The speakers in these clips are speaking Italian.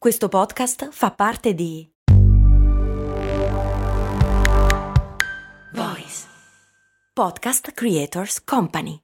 Questo podcast fa parte di Voice Podcast Creators Company.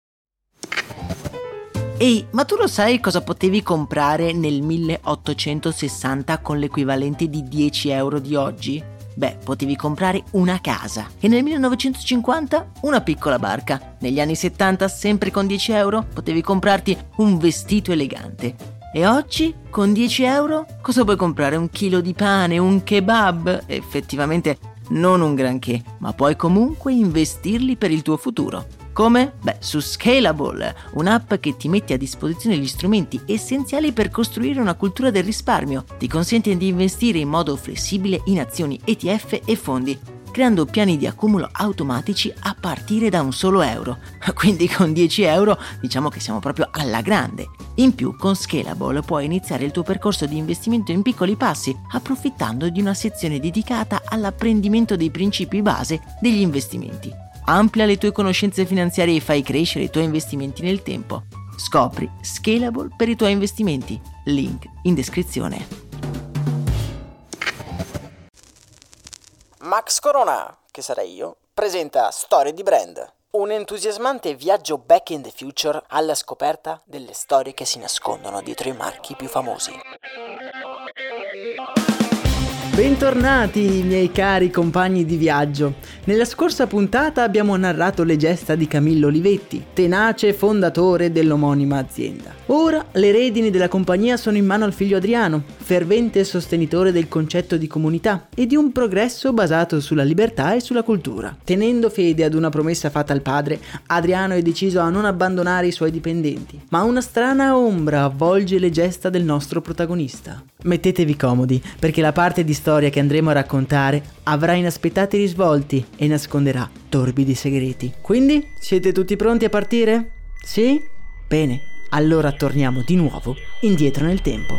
Ehi, ma tu lo sai cosa potevi comprare nel 1860 con l'equivalente di 10 euro di oggi? Beh, potevi comprare una casa e nel 1950 una piccola barca. Negli anni 70, sempre con 10 euro, potevi comprarti un vestito elegante. E oggi, con 10 euro, cosa puoi comprare? Un chilo di pane, un kebab? Effettivamente non un granché, ma puoi comunque investirli per il tuo futuro. Come? Beh, su Scalable, un'app che ti mette a disposizione gli strumenti essenziali per costruire una cultura del risparmio. Ti consente di investire in modo flessibile in azioni, ETF e fondi, creando piani di accumulo automatici a partire da un solo euro. Quindi con 10 euro diciamo che siamo proprio alla grande. In più, con Scalable puoi iniziare il tuo percorso di investimento in piccoli passi, approfittando di una sezione dedicata all'apprendimento dei principi base degli investimenti. Amplia le tue conoscenze finanziarie e fai crescere i tuoi investimenti nel tempo. Scopri Scalable per i tuoi investimenti. Link in descrizione. Max Corona, che sarei io, presenta Storie di Brand, un entusiasmante viaggio back in the future alla scoperta delle storie che si nascondono dietro i marchi più famosi. Bentornati miei cari compagni di viaggio. Nella scorsa puntata abbiamo narrato le gesta di Camillo Olivetti, tenace fondatore dell'omonima azienda. Ora le redini della compagnia sono in mano al figlio Adriano, fervente sostenitore del concetto di comunità e di un progresso basato sulla libertà e sulla cultura. Tenendo fede ad una promessa fatta al padre, Adriano è deciso a non abbandonare i suoi dipendenti, ma una strana ombra avvolge le gesta del nostro protagonista. Mettetevi comodi, perché la parte di storia che andremo a raccontare avrà inaspettati risvolti e nasconderà torbidi segreti. Quindi, siete tutti pronti a partire? Sì? Bene, allora torniamo di nuovo indietro nel tempo.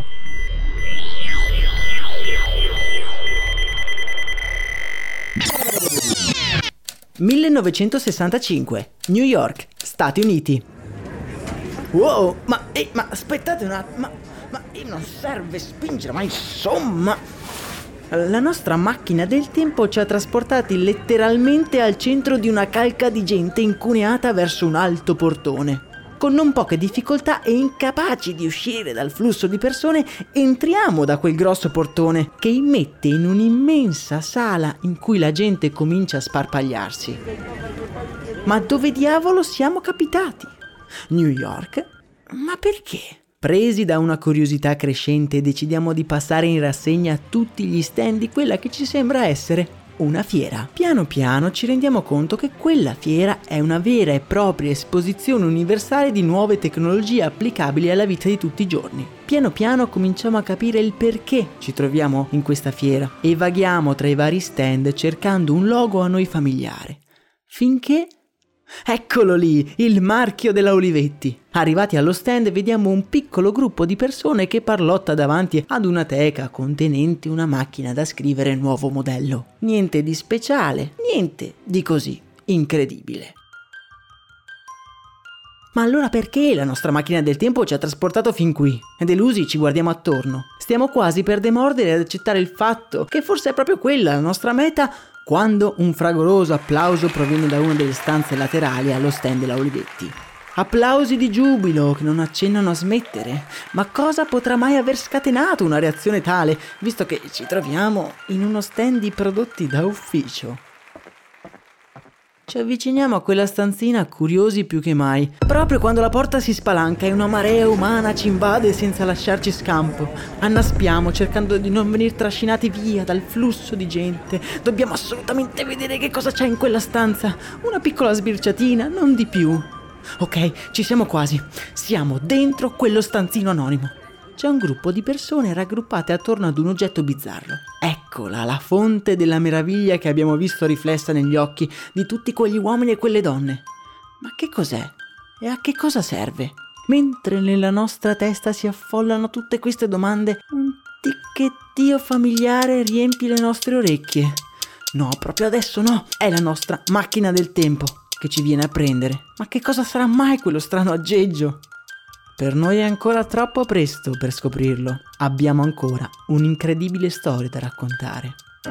(1965) New York, Stati Uniti. Wow, ma aspettate un attimo, ma non serve spingere, ma insomma... La nostra macchina del tempo ci ha trasportati letteralmente al centro di una calca di gente incuneata verso un alto portone. Con non poche difficoltà e incapaci di uscire dal flusso di persone, entriamo da quel grosso portone che immette in un'immensa sala in cui la gente comincia a sparpagliarsi. Ma dove diavolo siamo capitati? New York? Ma perché? Presi da una curiosità crescente, decidiamo di passare in rassegna tutti gli stand di quella che ci sembra essere una fiera. Piano piano ci rendiamo conto che quella fiera è una vera e propria esposizione universale di nuove tecnologie applicabili alla vita di tutti i giorni. Piano piano cominciamo a capire il perché ci troviamo in questa fiera e vaghiamo tra i vari stand cercando un logo a noi familiare. Finché... Eccolo lì, il marchio della Olivetti. Arrivati allo stand vediamo un piccolo gruppo di persone che parlotta davanti ad una teca contenente una macchina da scrivere nuovo modello. Niente di speciale, niente di così incredibile. Ma allora perché la nostra macchina del tempo ci ha trasportato fin qui? Delusi ci guardiamo attorno. Stiamo quasi per demordere ad accettare il fatto che forse è proprio quella la nostra meta, quando un fragoroso applauso proviene da una delle stanze laterali allo stand della Olivetti. Applausi di giubilo che non accennano a smettere. Ma cosa potrà mai aver scatenato una reazione tale, visto che ci troviamo in uno stand di prodotti da ufficio? Ci avviciniamo a quella stanzina curiosi più che mai, proprio quando la porta si spalanca e una marea umana ci invade senza lasciarci scampo. Annaspiamo cercando di non venir trascinati via dal flusso di gente. Dobbiamo assolutamente vedere che cosa c'è in quella stanza. Una piccola sbirciatina, non di più. Ok, ci siamo quasi. Siamo dentro quello stanzino anonimo. C'è un gruppo di persone raggruppate attorno ad un oggetto bizzarro. Eccola, la fonte della meraviglia che abbiamo visto riflessa negli occhi di tutti quegli uomini e quelle donne. Ma che cos'è? E a che cosa serve? Mentre nella nostra testa si affollano tutte queste domande, un ticchettio familiare riempie le nostre orecchie. No, proprio adesso no, è la nostra macchina del tempo che ci viene a prendere. Ma che cosa sarà mai quello strano aggeggio? per noi è ancora troppo presto per scoprirlo. Abbiamo ancora un'incredibile storia da raccontare.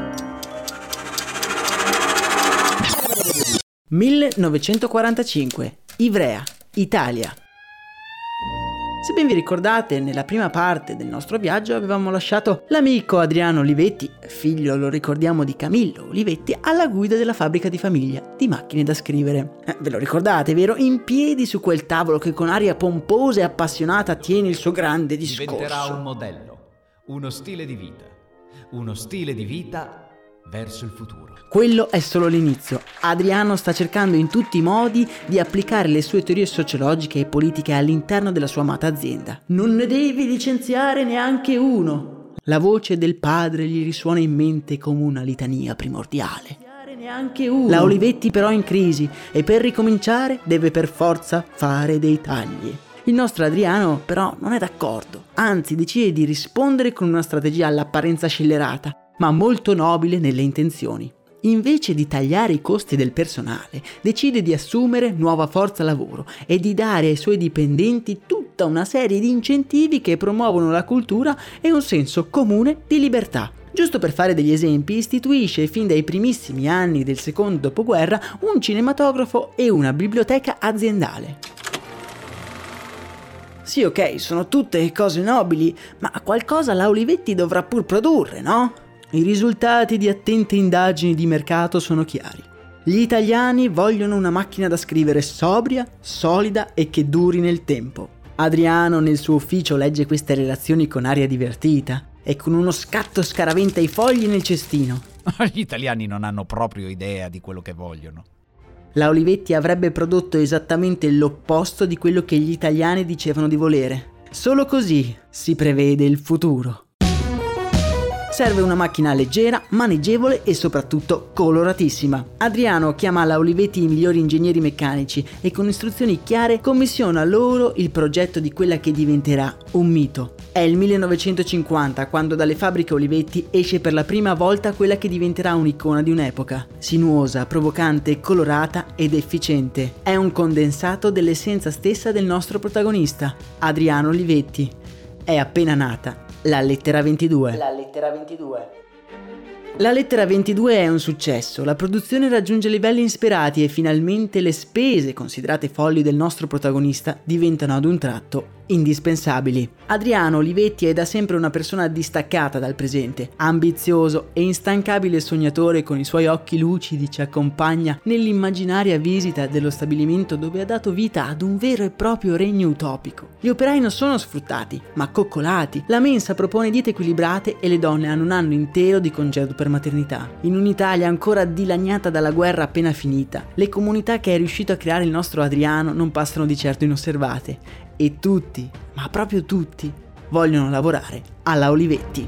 1945, Ivrea, Italia. Se ben vi ricordate, nella prima parte del nostro viaggio avevamo lasciato l'amico Adriano Olivetti, figlio, lo ricordiamo, di Camillo Olivetti, alla guida della fabbrica di famiglia di macchine da scrivere. Ve lo ricordate, vero? In piedi su quel tavolo che con aria pomposa e appassionata tiene il suo grande discorso. Diventerà un modello, uno stile di vita verso il futuro. Quello è solo l'inizio. Adriano sta cercando in tutti i modi di applicare le sue teorie sociologiche e politiche all'interno della sua amata azienda. Non ne devi licenziare neanche uno. La voce del padre gli risuona in mente come una litania primordiale. La Olivetti però è in crisi e per ricominciare deve per forza fare dei tagli. Il nostro Adriano però non è d'accordo, anzi decide di rispondere con una strategia all'apparenza scellerata, ma molto nobile nelle intenzioni. Invece di tagliare i costi del personale, decide di assumere nuova forza lavoro e di dare ai suoi dipendenti tutta una serie di incentivi che promuovono la cultura e un senso comune di libertà. Giusto per fare degli esempi, istituisce fin dai primissimi anni del secondo dopoguerra un cinematografo e una biblioteca aziendale. Sì, ok, sono tutte cose nobili, ma qualcosa la Olivetti dovrà pur produrre, no? I risultati di attente indagini di mercato sono chiari. Gli italiani vogliono una macchina da scrivere sobria, solida e che duri nel tempo. Adriano nel suo ufficio legge queste relazioni con aria divertita e con uno scatto scaraventa i fogli nel cestino. Gli italiani non hanno proprio idea di quello che vogliono. La Olivetti avrebbe prodotto esattamente l'opposto di quello che gli italiani dicevano di volere. Solo così si prevede il futuro. Serve una macchina leggera, maneggevole e soprattutto coloratissima. Adriano chiama alla Olivetti i migliori ingegneri meccanici e con istruzioni chiare commissiona loro il progetto di quella che diventerà un mito. È il 1950 quando dalle fabbriche Olivetti esce per la prima volta quella che diventerà un'icona di un'epoca. Sinuosa, provocante, colorata ed efficiente. È un condensato dell'essenza stessa del nostro protagonista, Adriano Olivetti. È appena nata la lettera 22. La lettera 22 è un successo, la produzione raggiunge livelli insperati e finalmente le spese, considerate folli del nostro protagonista, diventano ad un tratto indispensabili. Adriano Olivetti è da sempre una persona distaccata dal presente, ambizioso e instancabile sognatore con i suoi occhi lucidi ci accompagna nell'immaginaria visita dello stabilimento dove ha dato vita ad un vero e proprio regno utopico. Gli operai non sono sfruttati, ma coccolati. La mensa propone diete equilibrate e le donne hanno un anno intero di congedo per maternità. In un'Italia ancora dilaniata dalla guerra appena finita, le comunità che è riuscito a creare il nostro Adriano non passano di certo inosservate. E tutti, ma proprio tutti, vogliono lavorare alla Olivetti.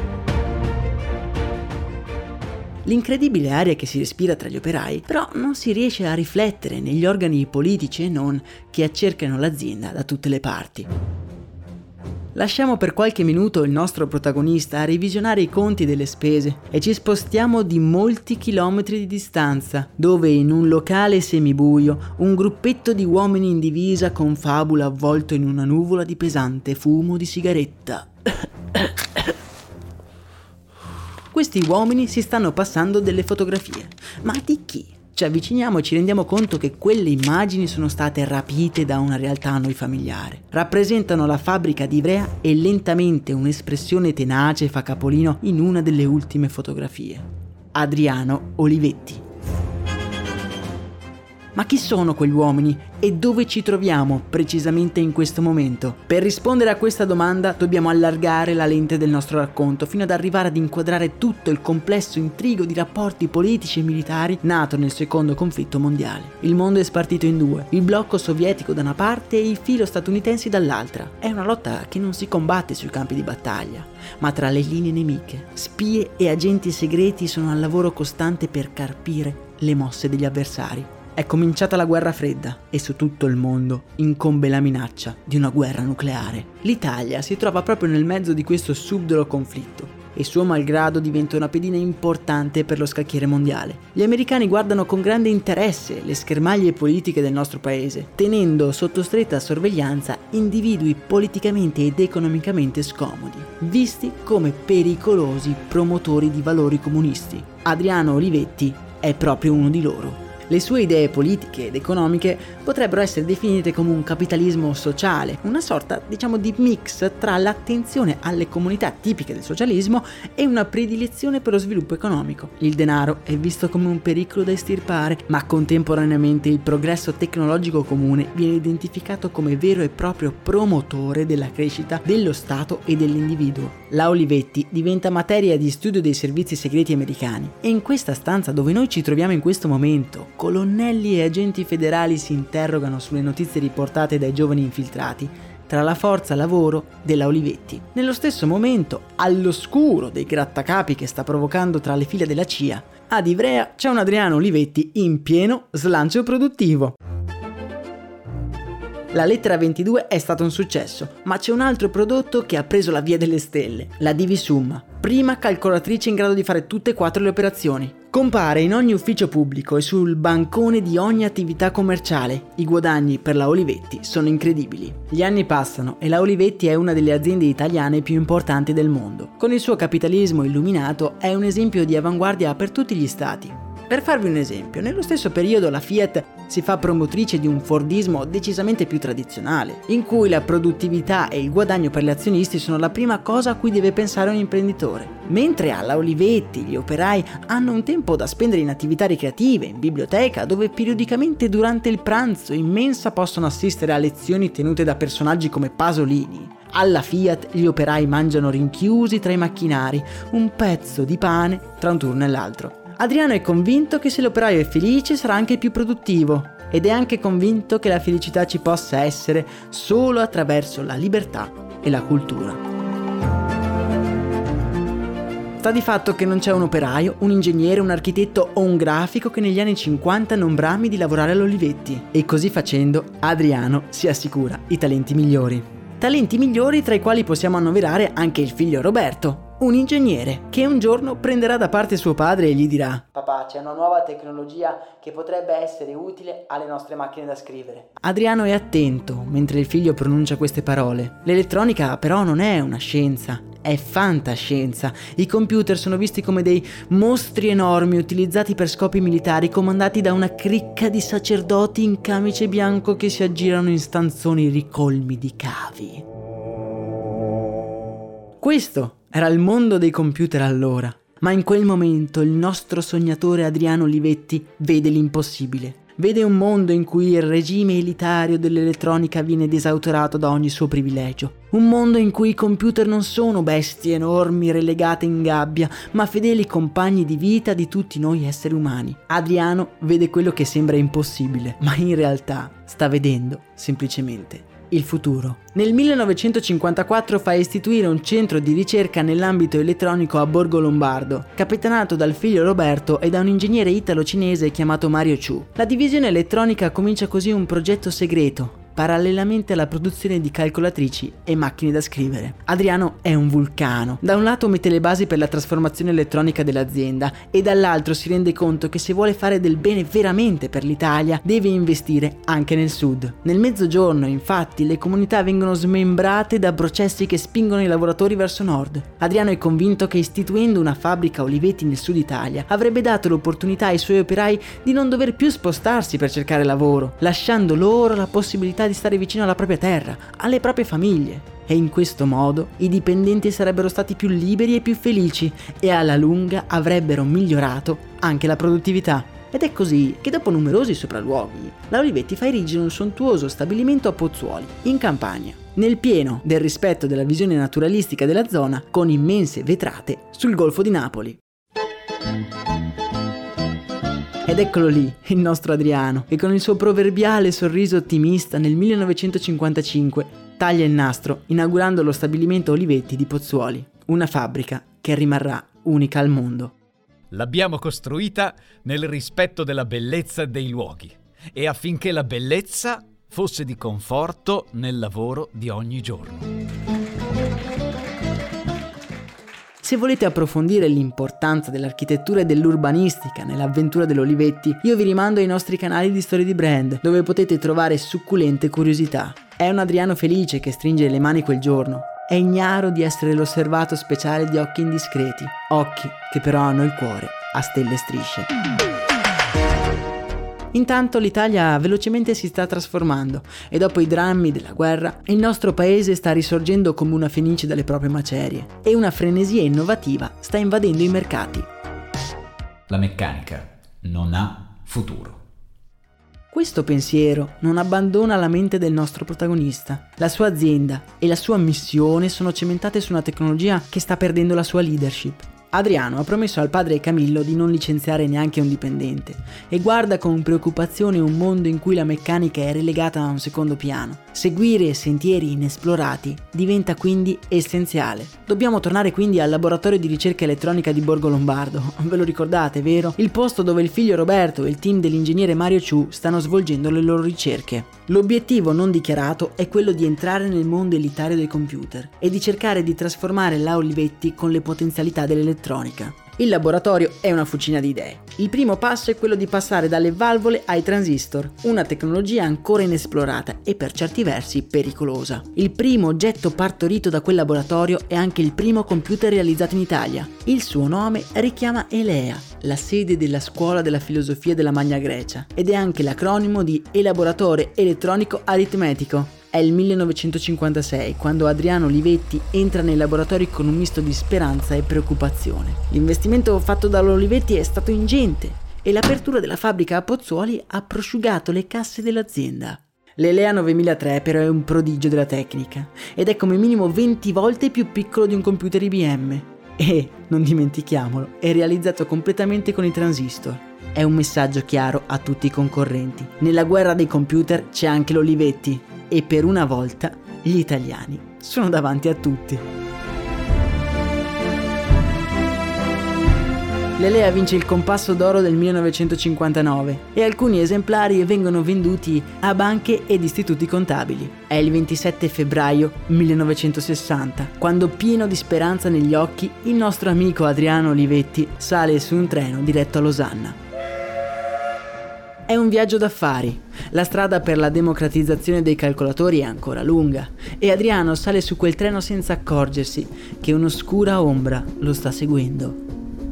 L'incredibile aria che si respira tra gli operai, però non si riesce a riflettere negli organi politici e non che accercano l'azienda da tutte le parti. Lasciamo per qualche minuto il nostro protagonista a revisionare i conti delle spese e ci spostiamo di molti chilometri di distanza, dove in un locale semibuio un gruppetto di uomini in divisa confabula avvolto in una nuvola di pesante fumo di sigaretta. Questi uomini si stanno passando delle fotografie. Ma di chi? Ci avviciniamo e ci rendiamo conto che quelle immagini sono state rapite da una realtà a noi familiare. Rappresentano la fabbrica di Ivrea e lentamente un'espressione tenace fa capolino in una delle ultime fotografie. Adriano Olivetti. Ma chi sono quegli uomini e dove ci troviamo precisamente in questo momento? Per rispondere a questa domanda dobbiamo allargare la lente del nostro racconto fino ad arrivare ad inquadrare tutto il complesso intrigo di rapporti politici e militari nato nel secondo conflitto mondiale. Il mondo è spartito in due, il blocco sovietico da una parte e i filo statunitensi dall'altra. È una lotta che non si combatte sui campi di battaglia, ma tra le linee nemiche. Spie e agenti segreti sono al lavoro costante per carpire le mosse degli avversari. È cominciata la guerra fredda e su tutto il mondo incombe la minaccia di una guerra nucleare. L'Italia si trova proprio nel mezzo di questo subdolo conflitto e suo malgrado diventa una pedina importante per lo scacchiere mondiale. Gli americani guardano con grande interesse le schermaglie politiche del nostro paese, tenendo sotto stretta sorveglianza individui politicamente ed economicamente scomodi, visti come pericolosi promotori di valori comunisti. Adriano Olivetti è proprio uno di loro. Le sue idee politiche ed economiche potrebbero essere definite come un capitalismo sociale, una sorta, di mix tra l'attenzione alle comunità tipiche del socialismo e una predilezione per lo sviluppo economico. Il denaro è visto come un pericolo da estirpare, ma contemporaneamente il progresso tecnologico comune viene identificato come vero e proprio promotore della crescita dello Stato e dell'individuo. La Olivetti diventa materia di studio dei servizi segreti americani e in questa stanza dove noi ci troviamo in questo momento, colonnelli e agenti federali si interrogano sulle notizie riportate dai giovani infiltrati tra la forza lavoro della Olivetti. Nello stesso momento, all'oscuro dei grattacapi che sta provocando tra le file della CIA, ad Ivrea c'è un Adriano Olivetti in pieno slancio produttivo. La lettera 22 è stato un successo, ma c'è un altro prodotto che ha preso la via delle stelle, la Divisumma, prima calcolatrice in grado di fare tutte e 4 le operazioni. Compare in ogni ufficio pubblico e sul bancone di ogni attività commerciale. I guadagni per la Olivetti sono incredibili. Gli anni passano e la Olivetti è una delle aziende italiane più importanti del mondo. Con il suo capitalismo illuminato è un esempio di avanguardia per tutti gli stati. Per farvi un esempio, nello stesso periodo la Fiat si fa promotrice di un fordismo decisamente più tradizionale, in cui la produttività e il guadagno per gli azionisti sono la prima cosa a cui deve pensare un imprenditore. Mentre alla Olivetti gli operai hanno un tempo da spendere in attività ricreative, in biblioteca, dove periodicamente durante il pranzo in mensa possono assistere a lezioni tenute da personaggi come Pasolini. Alla Fiat gli operai mangiano rinchiusi tra i macchinari, un pezzo di pane tra un turno e l'altro. Adriano è convinto che se l'operaio è felice sarà anche più produttivo ed è anche convinto che la felicità ci possa essere solo attraverso la libertà e la cultura. Sta di fatto che non c'è un operaio, un ingegnere, un architetto o un grafico che negli anni 50 non brami di lavorare all'Olivetti e così facendo Adriano si assicura i talenti migliori. Talenti migliori tra i quali possiamo annoverare anche il figlio Roberto, un ingegnere che un giorno prenderà da parte suo padre e gli dirà: Papà, c'è una nuova tecnologia che potrebbe essere utile alle nostre macchine da scrivere. Adriano è attento mentre il figlio pronuncia queste parole. L'elettronica però non è una scienza, è fantascienza. I computer sono visti come dei mostri enormi utilizzati per scopi militari, comandati da una cricca di sacerdoti in camice bianco che si aggirano in stanzoni ricolmi di cavi. Questo era il mondo dei computer allora, ma in quel momento il nostro sognatore Adriano Olivetti vede l'impossibile. Vede un mondo in cui il regime elitario dell'elettronica viene desautorato da ogni suo privilegio. Un mondo in cui i computer non sono bestie enormi relegate in gabbia, ma fedeli compagni di vita di tutti noi esseri umani. Adriano vede quello che sembra impossibile, ma in realtà sta vedendo semplicemente il futuro. Nel 1954 fa istituire un centro di ricerca nell'ambito elettronico a Borgo Lombardo, capitanato dal figlio Roberto e da un ingegnere italo-cinese chiamato Mario Chu. La divisione elettronica comincia così un progetto segreto, parallelamente alla produzione di calcolatrici e macchine da scrivere. Adriano è un vulcano. Da un lato mette le basi per la trasformazione elettronica dell'azienda e dall'altro si rende conto che se vuole fare del bene veramente per l'Italia deve investire anche nel sud. Nel mezzogiorno, infatti, le comunità vengono smembrate da processi che spingono i lavoratori verso nord. Adriano è convinto che istituendo una fabbrica Olivetti nel sud Italia avrebbe dato l'opportunità ai suoi operai di non dover più spostarsi per cercare lavoro, lasciando loro la possibilità di stare vicino alla propria terra, alle proprie famiglie. E in questo modo i dipendenti sarebbero stati più liberi e più felici e alla lunga avrebbero migliorato anche la produttività. Ed è così che dopo numerosi sopralluoghi, la Olivetti fa erigere un sontuoso stabilimento a Pozzuoli, in Campania, nel pieno del rispetto della visione naturalistica della zona, con immense vetrate sul Golfo di Napoli. Ed eccolo lì, il nostro Adriano, che con il suo proverbiale sorriso ottimista nel 1955 taglia il nastro inaugurando lo stabilimento Olivetti di Pozzuoli, una fabbrica che rimarrà unica al mondo. L'abbiamo costruita nel rispetto della bellezza dei luoghi e affinché la bellezza fosse di conforto nel lavoro di ogni giorno. Se volete approfondire l'importanza dell'architettura e dell'urbanistica nell'avventura dell'Olivetti, io vi rimando ai nostri canali di Storie di Brand, dove potete trovare succulente curiosità. È un Adriano felice che stringe le mani quel giorno. È ignaro di essere l'osservato speciale di occhi indiscreti, occhi che però hanno il cuore a stelle e strisce. Intanto l'Italia velocemente si sta trasformando e dopo i drammi della guerra il nostro paese sta risorgendo come una fenice dalle proprie macerie e una frenesia innovativa sta invadendo i mercati. La meccanica non ha futuro. Questo pensiero non abbandona la mente del nostro protagonista. La sua azienda e la sua missione sono cementate su una tecnologia che sta perdendo la sua leadership. Adriano ha promesso al padre Camillo di non licenziare neanche un dipendente e guarda con preoccupazione un mondo in cui la meccanica è relegata a un secondo piano. Seguire sentieri inesplorati diventa quindi essenziale. Dobbiamo tornare quindi al laboratorio di ricerca elettronica di Borgo Lombardo. Ve lo ricordate, vero? Il posto dove il figlio Roberto e il team dell'ingegnere Mario Ciu stanno svolgendo le loro ricerche. L'obiettivo non dichiarato è quello di entrare nel mondo elitario dei computer e di cercare di trasformare la Olivetti con le potenzialità dell'elettronica. Il laboratorio è una fucina di idee. Il primo passo è quello di passare dalle valvole ai transistor, una tecnologia ancora inesplorata e per certi versi pericolosa. Il primo oggetto partorito da quel laboratorio è anche il primo computer realizzato in Italia. Il suo nome richiama Elea, la sede della scuola della filosofia della Magna Grecia, ed è anche l'acronimo di Elaboratore Elettronico Aritmetico. È il 1956 quando Adriano Olivetti entra nei laboratori con un misto di speranza e preoccupazione. L'investimento fatto dall'Olivetti è stato ingente e l'apertura della fabbrica a Pozzuoli ha prosciugato le casse dell'azienda. L'Elea 9003 però è un prodigio della tecnica ed è come minimo 20 volte più piccolo di un computer IBM. E, non dimentichiamolo, è realizzato completamente con i transistor. È un messaggio chiaro a tutti i concorrenti. Nella guerra dei computer c'è anche l'Olivetti. E per una volta gli italiani sono davanti a tutti. L'Elea vince il Compasso d'Oro del 1959 e alcuni esemplari vengono venduti a banche ed istituti contabili. È il 27 febbraio 1960 quando, pieno di speranza negli occhi, il nostro amico Adriano Olivetti sale su un treno diretto a Losanna. È un viaggio d'affari. La strada per la democratizzazione dei calcolatori è ancora lunga e Adriano sale su quel treno senza accorgersi che un'oscura ombra lo sta seguendo.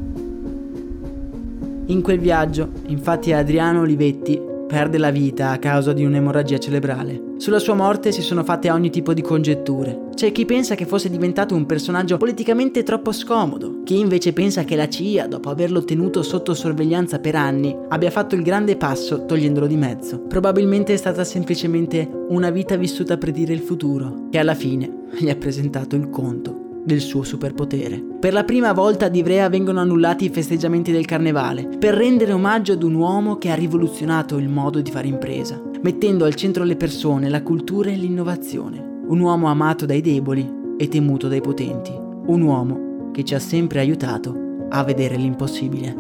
In quel viaggio, infatti, Adriano Olivetti perde la vita a causa di un'emorragia cerebrale. Sulla sua morte si sono fatte ogni tipo di congetture. C'è chi pensa che fosse diventato un personaggio politicamente troppo scomodo, chi invece pensa che la CIA, dopo averlo tenuto sotto sorveglianza per anni, abbia fatto il grande passo togliendolo di mezzo. Probabilmente è stata semplicemente una vita vissuta a predire il futuro, che alla fine gli ha presentato il conto del suo superpotere. Per la prima volta ad Ivrea vengono annullati i festeggiamenti del carnevale per rendere omaggio ad un uomo che ha rivoluzionato il modo di fare impresa, mettendo al centro le persone, la cultura e l'innovazione. Un uomo amato dai deboli e temuto dai potenti. Un uomo che ci ha sempre aiutato a vedere l'impossibile.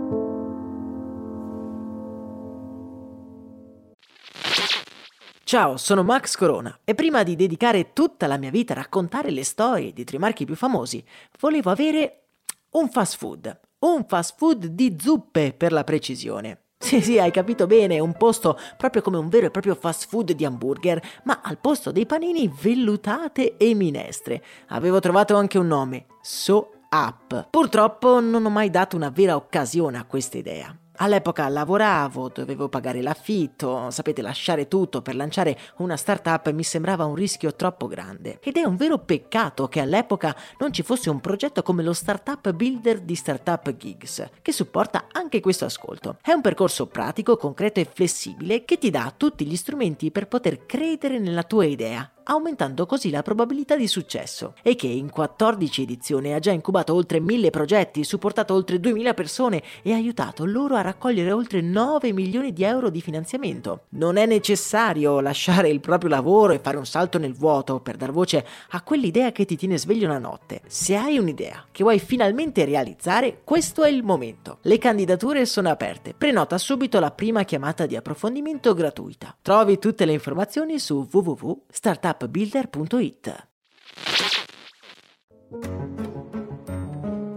Ciao, sono Max Corona e prima di dedicare tutta la mia vita a raccontare le storie di tra i marchi più famosi, volevo avere un fast food di zuppe per la precisione. Sì, hai capito bene, un posto proprio come un vero e proprio fast food di hamburger, ma al posto dei panini vellutate e minestre. Avevo trovato anche un nome, So Up. Purtroppo non ho mai dato una vera occasione a questa idea. All'epoca lavoravo, dovevo pagare l'affitto, sapete, lasciare tutto per lanciare una startup mi sembrava un rischio troppo grande. Ed è un vero peccato che all'epoca non ci fosse un progetto come lo Startup Builder di Startup Gigs, che supporta anche questo ascolto. È un percorso pratico, concreto e flessibile che ti dà tutti gli strumenti per poter credere nella tua idea, aumentando così la probabilità di successo, e che in 14 edizioni ha già incubato oltre 1000 progetti, supportato oltre 2000 persone e aiutato loro a raccogliere oltre 9 milioni di euro di finanziamento. Non è necessario lasciare il proprio lavoro e fare un salto nel vuoto per dar voce a quell'idea che ti tiene sveglio la notte. Se hai un'idea che vuoi finalmente realizzare, questo è il momento. Le candidature sono aperte. Prenota subito la prima chiamata di approfondimento gratuita. Trovi tutte le informazioni su www.startupbuilder.it.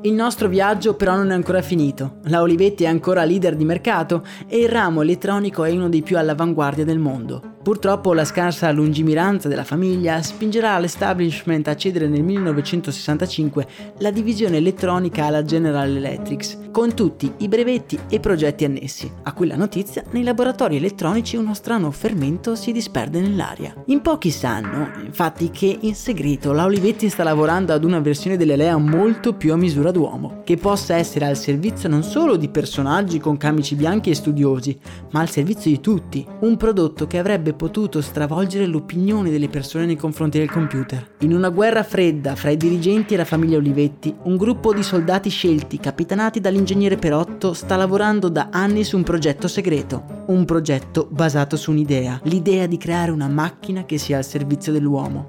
Il nostro viaggio però non è ancora finito. La Olivetti è ancora leader di mercato e il ramo elettronico è uno dei più all'avanguardia del mondo. Purtroppo la scarsa lungimiranza della famiglia spingerà l'establishment a cedere nel 1965 la divisione elettronica alla General Electric, con tutti i brevetti e progetti annessi. A quella notizia, nei laboratori elettronici uno strano fermento si disperde nell'aria. In pochi sanno, infatti, che in segreto la Olivetti sta lavorando ad una versione dell'Elea molto più a misura d'uomo, che possa essere al servizio non solo di personaggi con camici bianchi e studiosi, ma al servizio di tutti. Un prodotto che avrebbe potuto stravolgere l'opinione delle persone nei confronti del computer. In una guerra fredda fra i dirigenti e la famiglia Olivetti, un gruppo di soldati scelti, capitanati dall'ingegnere Perotto, sta lavorando da anni su un progetto segreto. Un progetto basato su un'idea, l'idea di creare una macchina che sia al servizio dell'uomo.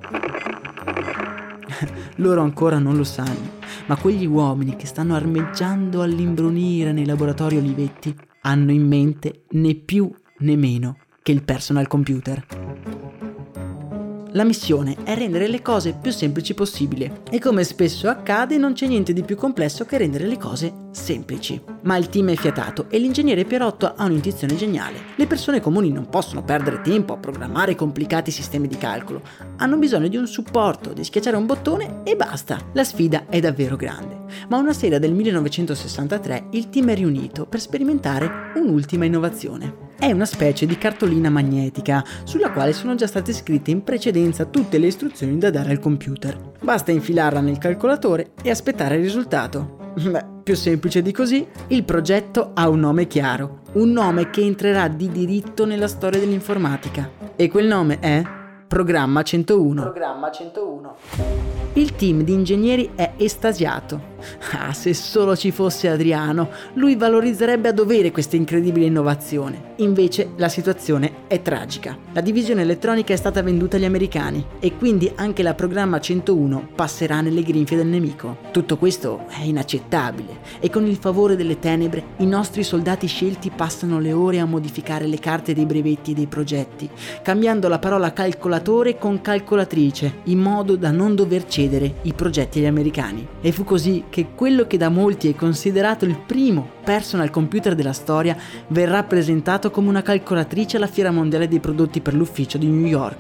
Loro ancora non lo sanno, ma quegli uomini che stanno armeggiando all'imbrunire nei laboratori Olivetti hanno in mente né più né meno che il personal computer. La missione è rendere le cose più semplici possibile e come spesso accade non c'è niente di più complesso che rendere le cose semplici. Ma il team è fiatato e l'ingegnere Perotto ha un'intuizione geniale. Le persone comuni non possono perdere tempo a programmare complicati sistemi di calcolo, hanno bisogno di un supporto, di schiacciare un bottone e basta. La sfida è davvero grande. Ma una sera del 1963 il team è riunito per sperimentare un'ultima innovazione. È una specie di cartolina magnetica sulla quale sono già state scritte in precedenza tutte le istruzioni da dare al computer. Basta infilarla nel calcolatore e aspettare il risultato. Beh, più semplice di così, il progetto ha un nome chiaro, un nome che entrerà di diritto nella storia dell'informatica. E quel nome è Programma 101. Programma 101. Il team di ingegneri è estasiato. Ah, se solo ci fosse Adriano, lui valorizzerebbe a dovere questa incredibile innovazione. Invece la situazione è tragica. La divisione elettronica è stata venduta agli americani e quindi anche la Programma 101 passerà nelle grinfie del nemico. Tutto questo è inaccettabile e con il favore delle tenebre i nostri soldati scelti passano le ore a modificare le carte dei brevetti e dei progetti, cambiando la parola calcolatore con calcolatrice, in modo da non dover cedere i progetti agli americani. E fu così che quello che da molti è considerato il primo personal computer della storia verrà presentato come una calcolatrice alla Fiera Mondiale dei Prodotti per l'Ufficio di New York.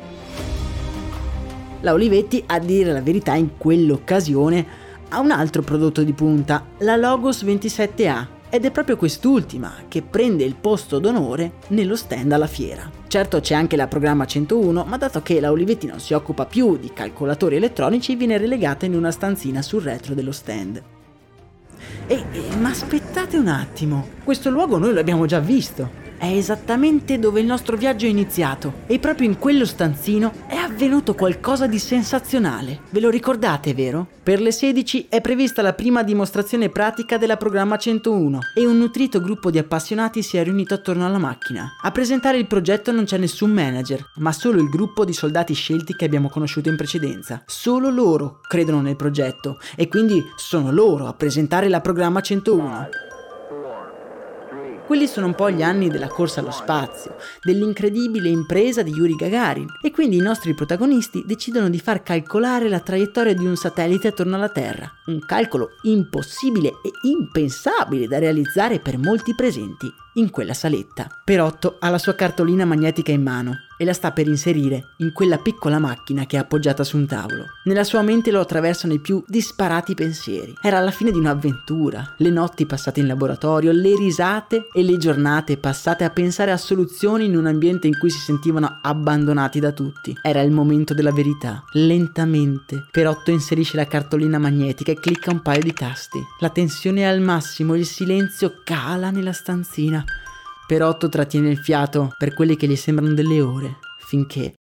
La Olivetti, a dire la verità, in quell'occasione ha un altro prodotto di punta, la Logos 27A, ed è proprio quest'ultima che prende il posto d'onore nello stand alla fiera. Certo c'è anche la Programma 101, ma dato che la Olivetti non si occupa più di calcolatori elettronici, viene relegata in una stanzina sul retro dello stand. Ma aspettate un attimo, questo luogo noi l'abbiamo già visto. È esattamente dove il nostro viaggio è iniziato e proprio in quello stanzino è avvenuto qualcosa di sensazionale. Ve lo ricordate, vero? Per le 16 è prevista la prima dimostrazione pratica della Programma 101 e un nutrito gruppo di appassionati si è riunito attorno alla macchina. A presentare il progetto non c'è nessun manager, ma solo il gruppo di soldati scelti che abbiamo conosciuto in precedenza. Solo loro credono nel progetto e quindi sono loro a presentare la Programma 101. Quelli sono un po' gli anni della corsa allo spazio, dell'incredibile impresa di Yuri Gagarin, e quindi i nostri protagonisti decidono di far calcolare la traiettoria di un satellite attorno alla Terra, un calcolo impossibile e impensabile da realizzare per molti presenti in quella saletta. Perotto ha la sua cartolina magnetica in mano e la sta per inserire in quella piccola macchina che è appoggiata su un tavolo. Nella sua mente lo attraversano i più disparati pensieri. Era la fine di un'avventura, le notti passate in laboratorio, le risate e le giornate passate a pensare a soluzioni in un ambiente in cui si sentivano abbandonati da tutti. Era il momento della verità. Lentamente Perotto inserisce la cartolina magnetica e clicca un paio di tasti. La tensione è al massimo, il silenzio cala nella stanzina. Perotto trattiene il fiato per quelle che gli sembrano delle ore, finché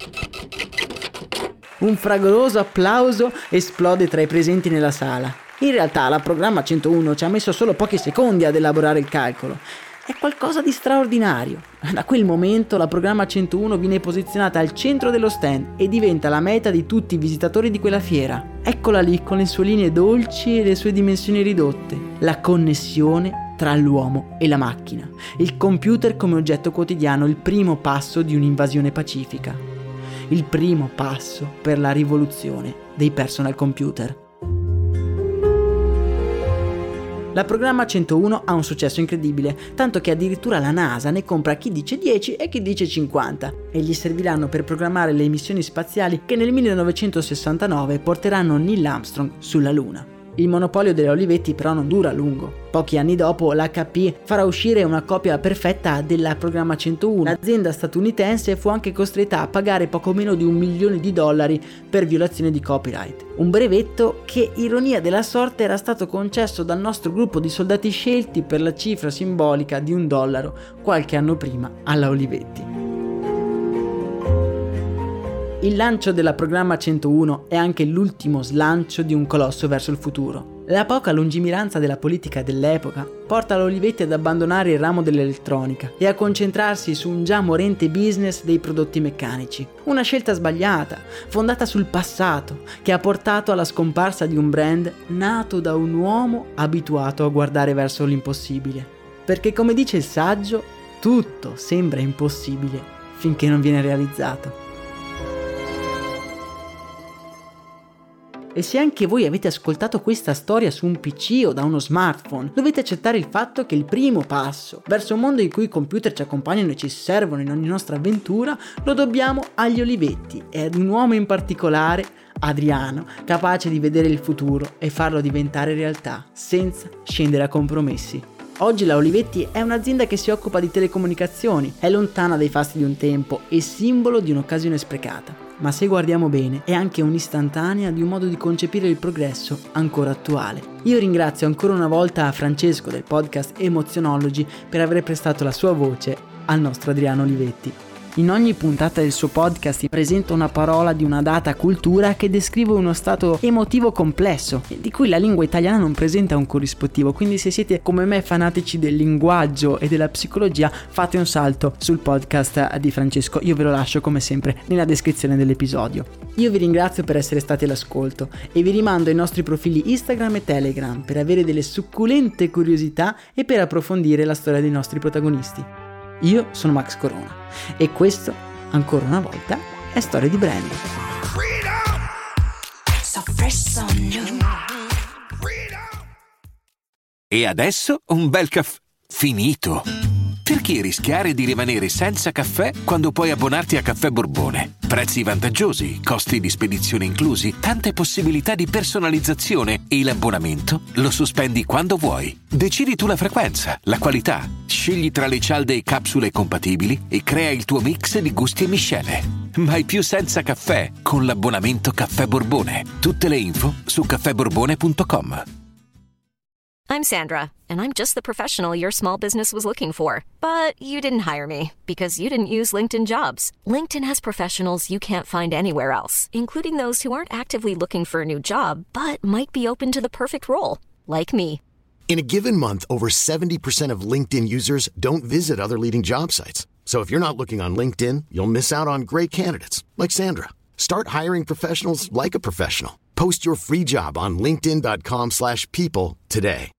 un fragoroso applauso esplode tra i presenti nella sala. In realtà la Programma 101 ci ha messo solo pochi secondi ad elaborare il calcolo. È qualcosa di straordinario. Da quel momento la Programma 101 viene posizionata al centro dello stand e diventa la meta di tutti i visitatori di quella fiera. Eccola lì con le sue linee dolci e le sue dimensioni ridotte. La connessione tra l'uomo e la macchina. Il computer come oggetto quotidiano, il primo passo di un'invasione pacifica. Il primo passo per la rivoluzione dei personal computer. La programma 101 ha un successo incredibile, tanto che addirittura la NASA ne compra chi dice 10 e chi dice 50, e gli serviranno per programmare le missioni spaziali che nel 1969 porteranno Neil Armstrong sulla Luna. Il monopolio delle Olivetti però non dura a lungo. Pochi anni dopo l'HP farà uscire una copia perfetta della programma 101. L'azienda statunitense fu anche costretta a pagare poco meno di $1 milione per violazione di copyright. Un brevetto che, ironia della sorte, era stato concesso dal nostro gruppo di soldati scelti per la cifra simbolica di $1 qualche anno prima alla Olivetti. Il lancio della programma 101 è anche l'ultimo slancio di un colosso verso il futuro. La poca lungimiranza della politica dell'epoca porta l'Olivetti ad abbandonare il ramo dell'elettronica e a concentrarsi su un già morente business dei prodotti meccanici. Una scelta sbagliata, fondata sul passato, che ha portato alla scomparsa di un brand nato da un uomo abituato a guardare verso l'impossibile. Perché, come dice il saggio, tutto sembra impossibile finché non viene realizzato. E se anche voi avete ascoltato questa storia su un PC o da uno smartphone, dovete accettare il fatto che il primo passo verso un mondo in cui i computer ci accompagnano e ci servono in ogni nostra avventura lo dobbiamo agli Olivetti e ad un uomo in particolare, Adriano, capace di vedere il futuro e farlo diventare realtà senza scendere a compromessi. Oggi la Olivetti è un'azienda che si occupa di telecomunicazioni, è lontana dai fasti di un tempo e simbolo di un'occasione sprecata. Ma se guardiamo bene è anche un'istantanea di un modo di concepire il progresso ancora attuale. Io ringrazio ancora una volta Francesco del podcast Emozionology per aver prestato la sua voce al nostro Adriano Olivetti. In ogni puntata del suo podcast presenta una parola di una data cultura che descrive uno stato emotivo complesso, di cui la lingua italiana non presenta un corrispettivo, quindi se siete come me fanatici del linguaggio e della psicologia fate un salto sul podcast di Francesco, io ve lo lascio come sempre nella descrizione dell'episodio. Io vi ringrazio per essere stati all'ascolto e vi rimando ai nostri profili Instagram e Telegram per avere delle succulente curiosità e per approfondire la storia dei nostri protagonisti. Io sono Max Corona e questo, ancora una volta, è Storia di Brand. E adesso un bel caffè finito. Perché rischiare di rimanere senza caffè quando puoi abbonarti a Caffè Borbone? Prezzi vantaggiosi, costi di spedizione inclusi, tante possibilità di personalizzazione e l'abbonamento lo sospendi quando vuoi. Decidi tu la frequenza, la qualità, scegli tra le cialde e capsule compatibili e crea il tuo mix di gusti e miscele. Mai più senza caffè con l'abbonamento Caffè Borbone. Tutte le info su caffèborbone.com. I'm Sandra, and I'm just the professional your small business was looking for. But you didn't hire me because you didn't use LinkedIn Jobs. LinkedIn has professionals you can't find anywhere else, including those who aren't actively looking for a new job, but might be open to the perfect role, like me. In a given month, over 70% of LinkedIn users don't visit other leading job sites. So if you're not looking on LinkedIn, you'll miss out on great candidates like Sandra. Start hiring professionals like a professional. Post your free job on linkedin.com/people today.